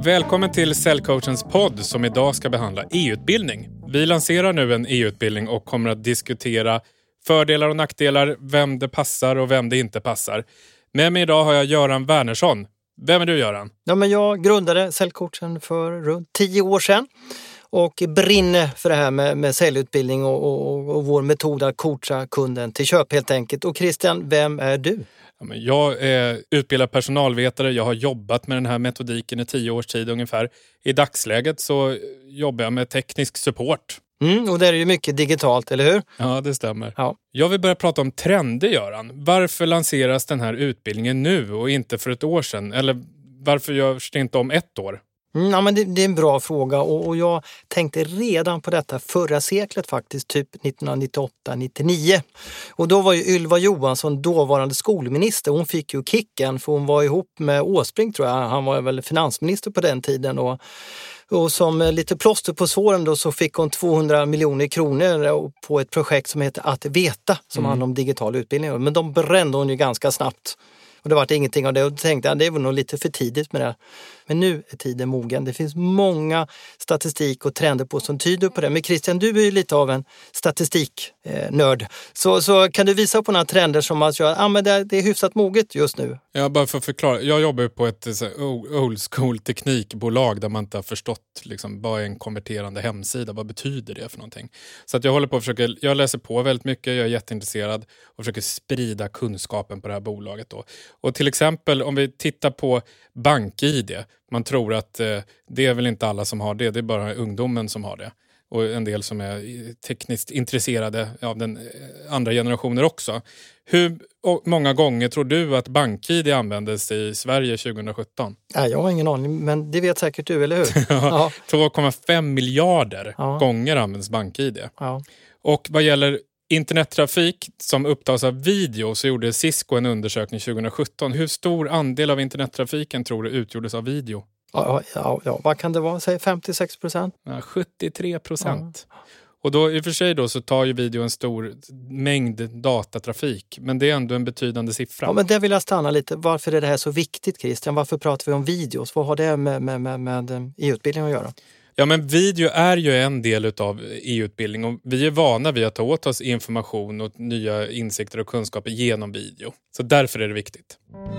Välkommen till Säljcoachens podd som idag ska behandla e-utbildning. Vi lanserar nu en e-utbildning och kommer att diskutera fördelar och nackdelar, vem det passar och vem det inte passar. Med mig idag har jag Göran Wernersson. Vem är du, Göran? Ja, men jag grundade Säljcoachen för runt 10 år sedan och brinner för det här med säljutbildning och vår metod att coacha kunden till köp helt enkelt. Och Christian, vem är du? Ja, men jag är utbildad personalvetare. Jag har jobbat med den här metodiken i 10 års tid ungefär. I dagsläget så jobbar jag med teknisk support. Och det är ju mycket digitalt, eller hur? Ja, det stämmer. Ja. Jag vill börja prata om trender, Göran. Varför lanseras den här utbildningen nu och inte för ett år sedan? Eller varför görs det inte om 1 år? Ja, men det är en bra fråga och jag tänkte redan på detta förra seklet faktiskt, typ 1998-99. Och då var ju Ylva Johansson dåvarande skolminister. Hon fick ju kicken för hon var ihop med Åsbrink, tror jag. Han var väl finansminister på den tiden och som lite plåster på såren då så fick hon 200 miljoner kronor på ett projekt som heter Att veta, som handlar om digital utbildning. Men de brände hon ju ganska snabbt. Och det var ingenting av det och då tänkte jag det var nog lite för tidigt med det. Men nu är tiden mogen. Det finns många statistik och trender på som tyder på det. Men Christian, du är ju lite av en statistiknörd. Så kan du visa på några trender som att men det är hyfsat moget just nu? Ja, bara för att förklara. Jag jobbar på ett old school teknikbolag där man inte har förstått liksom, vad är en konverterande hemsida. Vad betyder det för någonting? Så att jag håller på att jag läser på väldigt mycket. Jag är jätteintresserad och försöker sprida kunskapen på det här bolaget då. Och till exempel om vi tittar på BankID. Man tror att det är väl inte alla som har det. Det är bara ungdomen som har det. Och en del som är tekniskt intresserade av den andra generationer också. Hur många gånger tror du att BankID användes i Sverige 2017? Jag har ingen aning, men det vet säkert du, eller hur? 2,5 miljarder gånger används BankID. Ja. Och vad gäller internettrafik som upptas av video så gjorde Cisco en undersökning 2017. Hur stor andel av internettrafiken tror du utgjordes av video? Ja, vad kan det vara? Säg 56%? Ja, 73%. Ja. Och då i och för sig då så tar ju video en stor mängd datatrafik. Men det är ändå en betydande siffra. Ja, men där vill jag stanna lite. Varför är det här så viktigt, Christian? Varför pratar vi om videos? Vad har det med e-utbildning att göra? Ja, men video är ju en del av e-utbildning och vi är vana vid att ta åt oss information och nya insikter och kunskaper genom video. Så därför är det viktigt.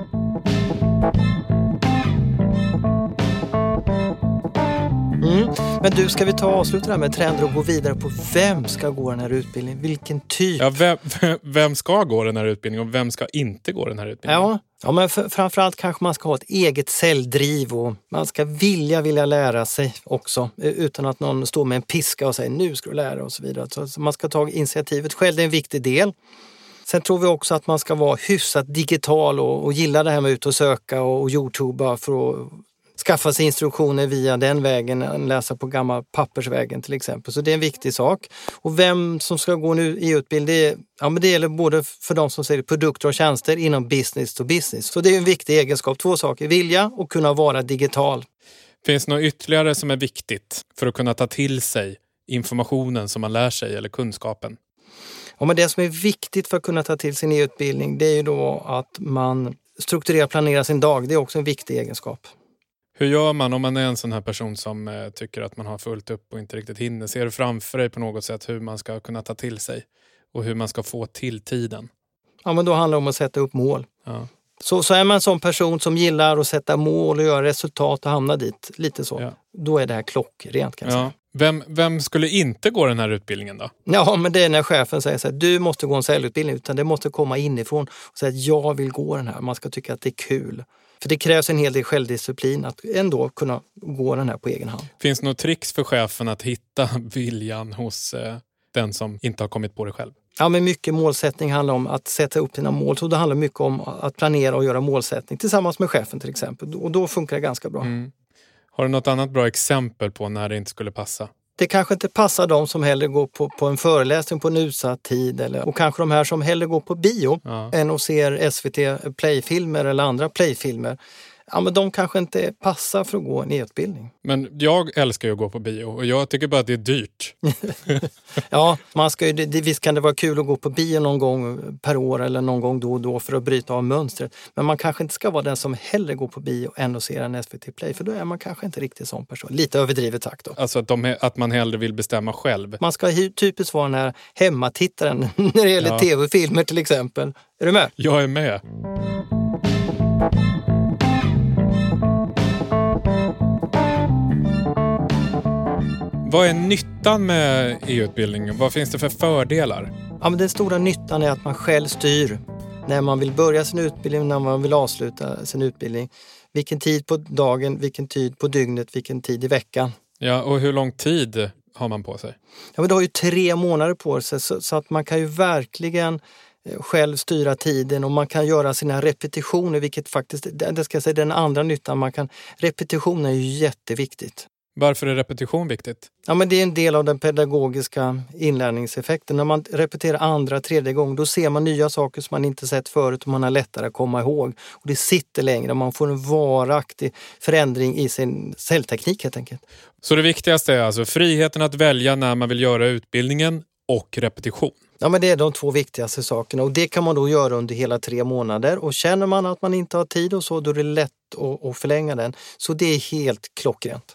Men du, ska vi ta och avsluta det här med trender och gå vidare på vem ska gå den här utbildningen? Vilken typ? Ja, vem ska gå den här utbildningen och vem ska inte gå den här utbildningen? Ja, men framförallt kanske man ska ha ett eget säljdriv och man ska vilja lära sig också utan att någon står med en piska och säger nu ska du lära och så vidare. Så man ska ta initiativet själv, det är en viktig del. Sen tror vi också att man ska vara hyfsat digital och gilla det här med ut och söka och YouTubea för att skaffa sig instruktioner via den vägen, läsa på gamla pappersvägen till exempel. Så det är en viktig sak. Och vem som ska gå nu i utbildning, det gäller både för de som säljer produkter och tjänster inom business to business. Så det är en viktig egenskap. 2 saker, vilja och kunna vara digital. Finns det något ytterligare som är viktigt för att kunna ta till sig informationen som man lär sig eller kunskapen? Ja, men det som är viktigt för att kunna ta till sin e-utbildning det är ju då att man strukturerar och planerar sin dag. Det är också en viktig egenskap. Hur gör man om man är en sån här person som tycker att man har fullt upp och inte riktigt hinner? Ser du framför dig på något sätt hur man ska kunna ta till sig och hur man ska få till tiden? Ja, men då handlar det om att sätta upp mål. Ja. Så är man en sån person som gillar att sätta mål och göra resultat och hamna dit, lite så. Ja. Då är det här klockrent kan jag säga. Vem skulle inte gå den här utbildningen då? Ja, men det är när chefen säger så här, du måste gå en säljutbildning, utan det måste komma inifrån och säga att jag vill gå den här. Man ska tycka att det är kul. För det krävs en hel del självdisciplin att ändå kunna gå den här på egen hand. Finns det något tricks för chefen att hitta viljan hos den som inte har kommit på det själv? Ja, men mycket målsättning handlar om att sätta upp dina mål. Så det handlar mycket om att planera och göra målsättning tillsammans med chefen till exempel. Och då funkar det ganska bra. Har du något annat bra exempel på när det inte skulle passa? Det kanske inte passar de som hellre går på en föreläsning på en utsatt tid. Och kanske de här som hellre går på bio än och ser SVT Play-filmer eller andra Play-filmer. ja, men de kanske inte passar för att gå en e-utbildning. Men jag älskar ju att gå på bio och jag tycker bara att det är dyrt. Ja, man ska ju, visst kan det vara kul att gå på bio någon gång per år eller någon gång då och då för att bryta av mönstret. Men man kanske inte ska vara den som hellre går på bio än att se en SVT Play, för då är man kanske inte riktigt sån person. Lite överdrivet sagt då. Alltså att man hellre vill bestämma själv. Man ska typiskt vara den här hemmatittaren när det gäller tv-filmer till exempel. Är du med? Jag är med. Vad är nyttan med e-utbildningen? Vad finns det för fördelar? Ja, men den stora nyttan är att man själv styr när man vill börja sin utbildning, när man vill avsluta sin utbildning. Vilken tid på dagen, vilken tid på dygnet, vilken tid i veckan. Ja, och hur lång tid har man på sig? Ja, men det har ju 3 månader på sig så att man kan ju verkligen själv styra tiden och man kan göra sina repetitioner, vilket faktiskt, det ska jag säga, den andra nyttan, repetition är ju jätteviktigt. Varför är repetition viktigt? Ja, men det är en del av den pedagogiska inlärningseffekten. När man repeterar andra, tredje gång, då ser man nya saker som man inte sett förut och man har lättare att komma ihåg. Och det sitter längre och man får en varaktig förändring i sin cellteknik helt enkelt. Så det viktigaste är alltså friheten att välja när man vill göra utbildningen och repetition? Ja, men det är de 2 viktigaste sakerna och det kan man då göra under hela 3 månader. Och känner man att man inte har tid och så, då är det lätt att förlänga den. Så det är helt klockrent.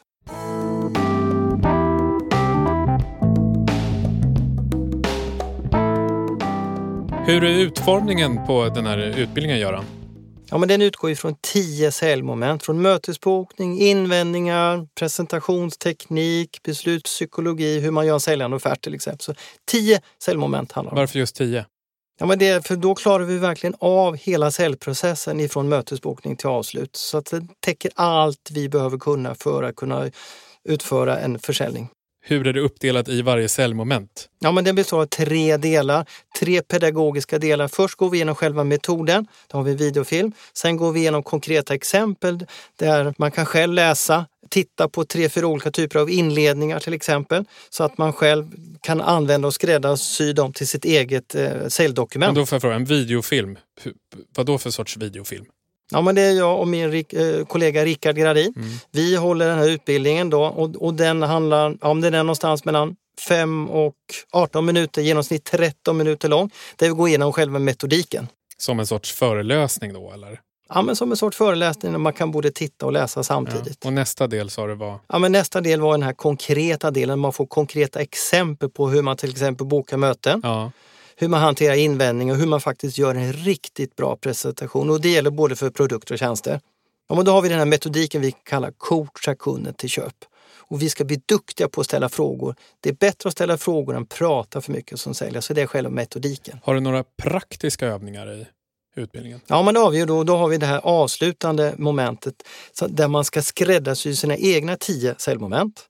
Hur är utformningen på den här utbildningen, Göran? Ja, men den utgår ifrån 10 säljmoment. Från mötesbokning, invändningar, presentationsteknik, beslutspsykologi, hur man gör en säljande offert till exempel. Så 10 säljmoment handlar om. Varför just 10? Ja, men för då klarar vi verkligen av hela säljprocessen ifrån mötesbokning till avslut. Så att det täcker allt vi behöver kunna för att kunna utföra en försäljning. Hur är det uppdelat i varje säljmoment? Ja, men det består av 3 delar, 3 pedagogiska delar. Först går vi igenom själva metoden, då har vi videofilm. Sen går vi igenom konkreta exempel där man kan själv läsa, titta på 3-4 olika typer av inledningar till exempel. Så att man själv kan använda och skräddarsy dem till sitt eget säljdokument. Men då får jag fråga, en videofilm, vad då för sorts videofilm? Ja, men det är jag och min kollega Rickard Gradin. Vi håller den här utbildningen då och den handlar om den är någonstans mellan 5 och 18 minuter, genomsnitt 13 minuter lång. Där vi går igenom själva metodiken. Som en sorts föreläsning då, eller? Ja, men som en sorts föreläsning där man kan både titta och läsa samtidigt. Ja. Och nästa del sa det var? Ja, men nästa del var den här konkreta delen. Man får konkreta exempel på hur man till exempel bokar möten. Ja. Hur man hanterar invändningar och hur man faktiskt gör en riktigt bra presentation. Och det gäller både för produkter och tjänster. Ja, men då har vi den här metodiken vi kallar coacha kunden till köp. Och vi ska bli duktiga på att ställa frågor. Det är bättre att ställa frågor än prata för mycket som säljare. Så det är själva metodiken. Har du några praktiska övningar i utbildningen? Ja, men då har vi det här avslutande momentet där man ska skräddarsy sina egna 10 säljmoment.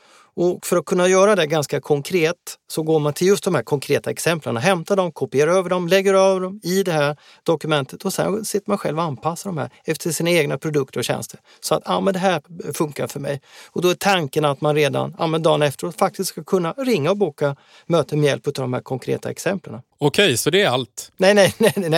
Och för att kunna göra det ganska konkret så går man till just de här konkreta exemplen, hämtar dem, kopierar över dem, lägger över dem i det här dokumentet och sen sitter man själv och anpassar de här efter sina egna produkter och tjänster. Så att men det här funkar för mig. Och då är tanken att man redan dagen efteråt faktiskt ska kunna ringa och boka möten med hjälp av de här konkreta exemplen. Okej, så det är allt? Nej.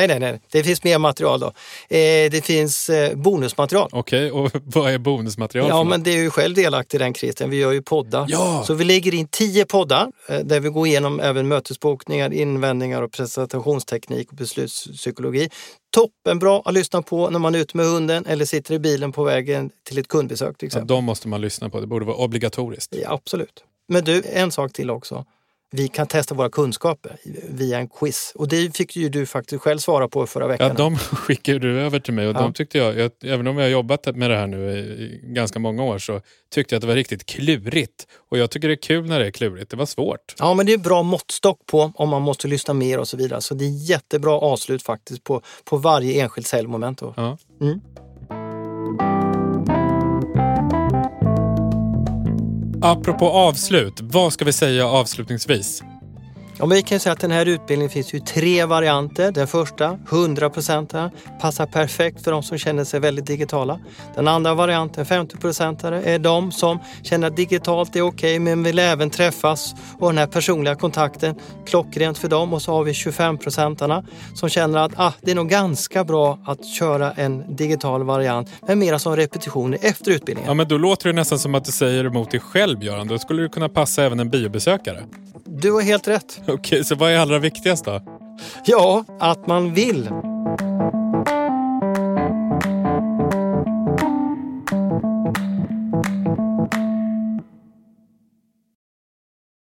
Det finns mer material då. Det finns bonusmaterial. Okej, och vad är bonusmaterial? Ja, men det är ju själv delaktig i den, Christian. Vi gör ju poddar. Ja. Så vi lägger in 10 poddar där vi går igenom även mötesbokningar, invändningar och presentationsteknik och beslutspsykologi. Toppen bra att lyssna på när man är ute med hunden eller sitter i bilen på vägen till ett kundbesök till exempel. Ja, de måste man lyssna på. Det borde vara obligatoriskt. Ja, absolut. Men du, en sak till också. Vi kan testa våra kunskaper via en quiz. Och det fick ju du faktiskt själv svara på förra veckan. Ja, de skickade du över till mig. Och de tyckte jag, även om jag har jobbat med det här nu i ganska många år, så tyckte jag att det var riktigt klurigt. Och jag tycker det är kul när det är klurigt. Det var svårt. Ja, men det är bra måttstock på om man måste lyssna mer och så vidare. Så det är jättebra avslut faktiskt på varje enskilt säljmoment. Ja. Mm. Apropå avslut, vad ska vi säga avslutningsvis? Ja, men vi kan säga att den här utbildningen finns ju 3 varianter. Den första, 100%, passar perfekt för de som känner sig väldigt digitala. Den andra varianten, 50%, är de som känner att digitalt är okej, men vill även träffas och den här personliga kontakten klockrent för dem. Och så har vi 25% som känner att det är nog ganska bra att köra en digital variant, men mera som repetitioner efter utbildningen. Ja, men då låter det nästan som att du säger emot dig själv, Göran. Då skulle det kunna passa även en biobesökare. Du har helt rätt. Okej, så vad är allra viktigast då? Ja, att man vill.